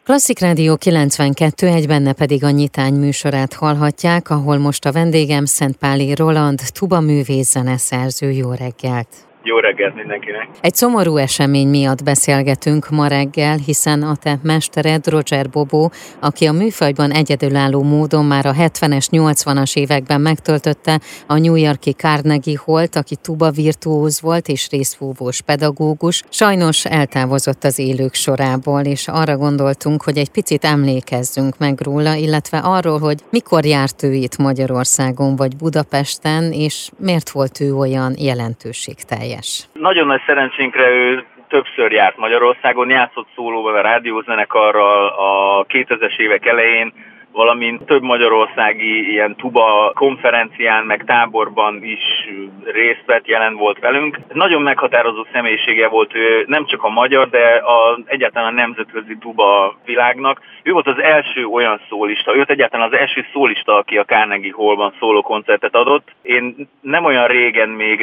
Klasszik Rádió 92, benne pedig a Nyitány műsorát hallhatják, ahol most a vendégem Szentpáli Roland, tubaművész, zeneszerző. Jó reggelt! Jó reggelt mindenkinek! Egy szomorú esemény miatt beszélgetünk ma reggel, hiszen a te mestered, Roger Bobo, aki a műfajban egyedülálló módon már a 70-es, 80-as években megtöltötte a New York-i Carnegie Hallt, aki tuba virtuóz volt és részfúvós pedagógus, sajnos eltávozott az élők sorából, és arra gondoltunk, hogy egy picit emlékezzünk meg róla, illetve arról, hogy mikor járt ő itt Magyarországon vagy Budapesten, és miért volt ő olyan jelentőségteljes. Nagyon nagy szerencsénkre ő többször járt Magyarországon, játszott szólóban a rádiózenekarral a 2000-es évek elején, valamint több magyarországi ilyen tuba konferencián, meg táborban is részt vett, jelen volt velünk. Nagyon meghatározó személyisége volt ő, nem csak a magyar, de egyáltalán a nemzetközi tuba világnak. Ő volt az első olyan szólista, ő egyáltalán az első szólista, aki a Carnegie Hallban szólókoncertet adott. Én nem olyan régen, még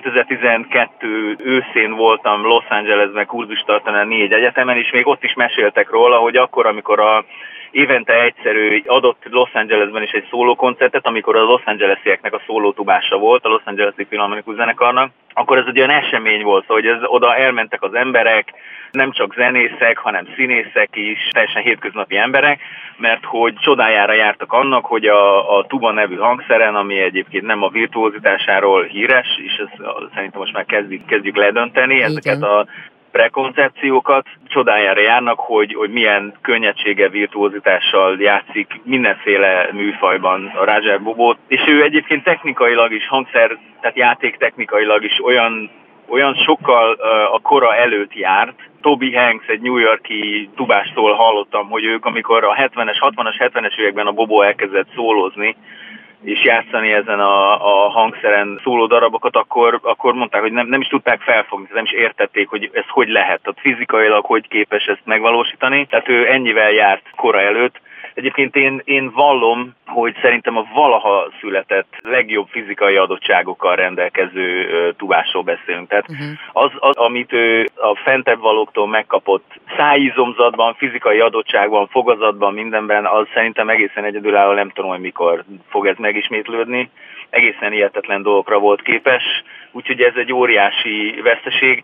2012 őszén voltam Los Angelesben kurzust tartani a négy egyetemen, és még ott is meséltek róla, hogy akkor, amikor évente egyszer ő adott Los Angelesben is egy szólókoncertet, amikor a Los Angelesieknek a szólótubása volt, a Los Angeles-i Filharmonikus Zenekarnak, akkor ez egy olyan esemény volt, hogy oda elmentek az emberek, nem csak zenészek, hanem színészek is, teljesen hétköznapi emberek, mert hogy csodájára jártak annak, hogy a tuba nevű hangszeren, ami egyébként nem a virtuózitásáról híres, és ezt szerintem most már kezdjük ledönteni ezeket a prekoncepciókat, csodájára járnak, hogy milyen könnyedsége, virtuózitással játszik mindenféle műfajban a Roger Bobo. És ő egyébként technikailag is, tehát játéktechnikailag is olyan sokkal a kora előtt járt. Toby Hanks, egy New York-i tubástól hallottam, hogy ők, amikor a 70-es, 60-as, 70-es években a Bobo elkezdett szólózni, és játszani ezen a hangszeren szóló darabokat, akkor mondták, hogy nem is tudták felfogni, nem is értették, hogy ez hogy lehet, tehát fizikailag hogy képes ezt megvalósítani. Tehát ő ennyivel járt kora előtt. Egyébként én vallom, hogy szerintem a valaha született legjobb fizikai adottságokkal rendelkező tubásról beszélünk. Tehát az, amit ő a fentebb valóktól megkapott szájízomzatban, fizikai adottságban, fogazatban, mindenben, az szerintem egészen egyedülálló, nem tudom, hogy mikor fog ez megismétlődni. Egészen hihetetlen dolgokra volt képes, úgyhogy ez egy óriási veszteség.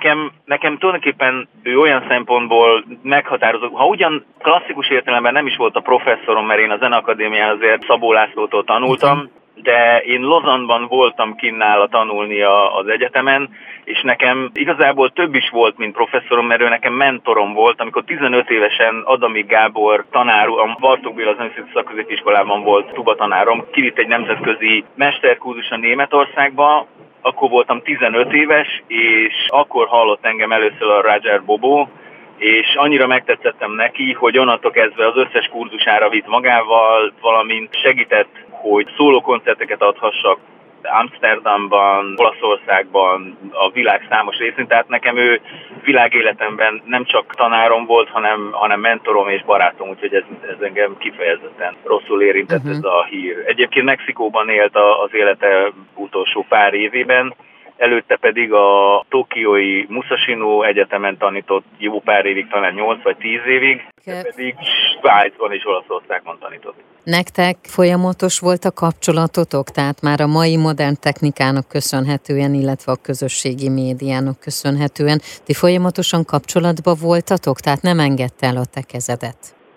Nekem tulajdonképpen ő olyan szempontból meghatározó, ha ugyan klasszikus értelemben nem is volt a professzorom, mert én a Zeneakadémián azért Szabó Lászlótól tanultam, de én Lausanne-ban voltam kinn nála tanulni az egyetemen, és nekem igazából több is volt, mint professzorom, mert ő nekem mentorom volt, amikor 15 évesen Adamik Gábor tanár, a Bartók Béla Zeneszínészi Szakközépiskolában volt tubatanárom, kivitt egy nemzetközi mesterkurzuson Németországba, akkor voltam 15 éves, és akkor hallott engem először a Roger Bobo, és annyira megtetszettem neki, hogy onnantól kezdve az összes kurzusára vitt magával, valamint segített, hogy szólókoncerteket adhassak Amsterdamban, Olaszországban, a világ számos részén. Tehát nekem ő világéletemben nem csak tanárom volt, hanem mentorom és barátom, úgyhogy ez engem kifejezetten rosszul érintett ez a hír. Egyébként Mexikóban élt az élete utolsó pár évében, előtte pedig a tokiói Musashino Egyetemen tanított jó pár évig, talán 8 vagy 10 évig, pedig Svájcban és Olaszországban tanított. Nektek folyamatos volt a kapcsolatotok? Tehát már a mai modern technikának köszönhetően, illetve a közösségi médiának köszönhetően ti folyamatosan kapcsolatban voltatok? Tehát nem engedte el a te kezedet?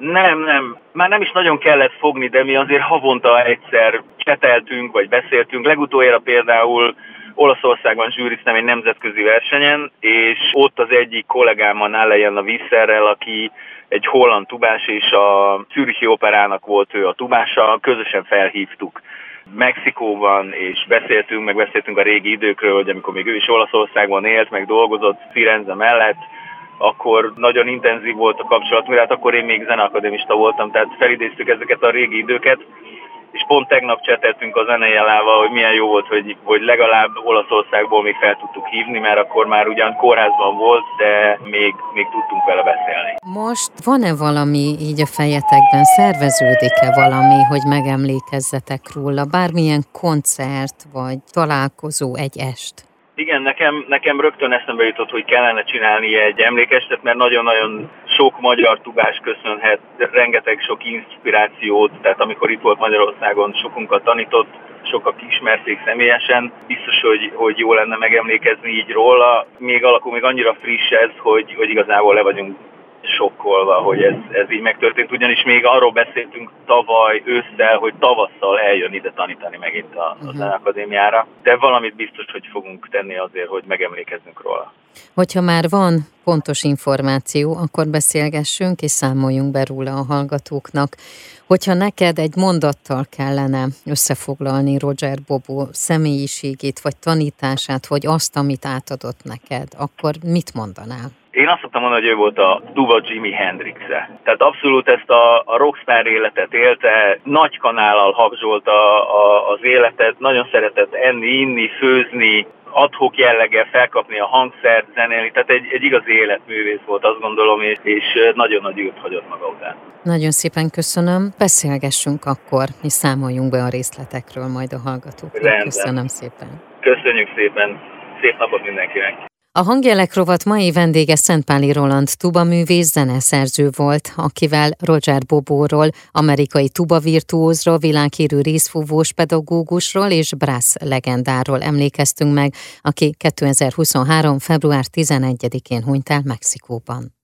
Nem. Már nem is nagyon kellett fogni, de mi azért havonta egyszer cseteltünk, vagy beszéltünk. Legutoljára például Olaszországban zsűriztem egy nemzetközi versenyen, és ott az egyik kollégám, a Nálejön a Visszerrel, aki egy holland tubás, és a Zürichi Operának volt ő a tubása, közösen felhívtuk Mexikóban, és beszéltünk a régi időkről, hogy amikor még ő is Olaszországban élt, meg dolgozott Firenze mellett, akkor nagyon intenzív volt a kapcsolat, mert hát akkor én még zeneakadémista voltam, tehát felidéztük ezeket a régi időket, és pont tegnap cseteltünk a zenejelával, hogy milyen jó volt, hogy legalább Olaszországból még fel tudtuk hívni, mert akkor már ugyan kórházban volt, de még tudtunk vele beszélni. Most van-e valami így a fejetekben, szerveződik-e valami, hogy megemlékezzetek róla? Bármilyen koncert vagy találkozó, egy est? Igen, nekem rögtön eszembe jutott, hogy kellene csinálni egy emlékestet, mert nagyon-nagyon sok magyar tubás köszönhet, rengeteg sok inspirációt, tehát amikor itt volt Magyarországon, sokunkat tanított, sokak ismerték személyesen. Biztos, hogy jó lenne megemlékezni így róla. Még annyira friss ez, hogy igazából le vagyunk sokkolva, hogy ez így megtörtént, ugyanis még arról beszéltünk tavaly ősszel, hogy tavasszal eljön ide tanítani megint a Zeneakadémiára, de valamit biztos, hogy fogunk tenni azért, hogy megemlékezzünk róla. Hogyha már van pontos információ, akkor beszélgessünk és számoljunk be róla a hallgatóknak. Hogyha neked egy mondattal kellene összefoglalni Roger Bobo személyiségét, vagy tanítását, vagy azt, amit átadott neked, akkor mit mondanál? Én azt szoktam mondani, hogy ő volt a tuba Jimi Hendrix-e. Tehát abszolút ezt a rockstar életet élte, nagy kanállal habzsolta az életet, nagyon szeretett enni, inni, főzni, ad-hoc jelleggel felkapni a hangszert, zenélni, tehát egy igazi életművész volt, azt gondolom, és nagyon nagy űrt hagyott maga után. Nagyon szépen köszönöm, beszélgessünk akkor, és számoljunk be a részletekről majd a hallgatóknak. Köszönöm szépen. Köszönjük szépen, szép napot mindenkinek! A Hangjelek rovat mai vendége Szentpáli Roland tubaművész, zeneszerző volt, akivel Roger Bobóról, amerikai tubavirtuózról, világhírű részfúvós pedagógusról és brass legendáról emlékeztünk meg, aki 2023. február 11-én hunyt el Mexikóban.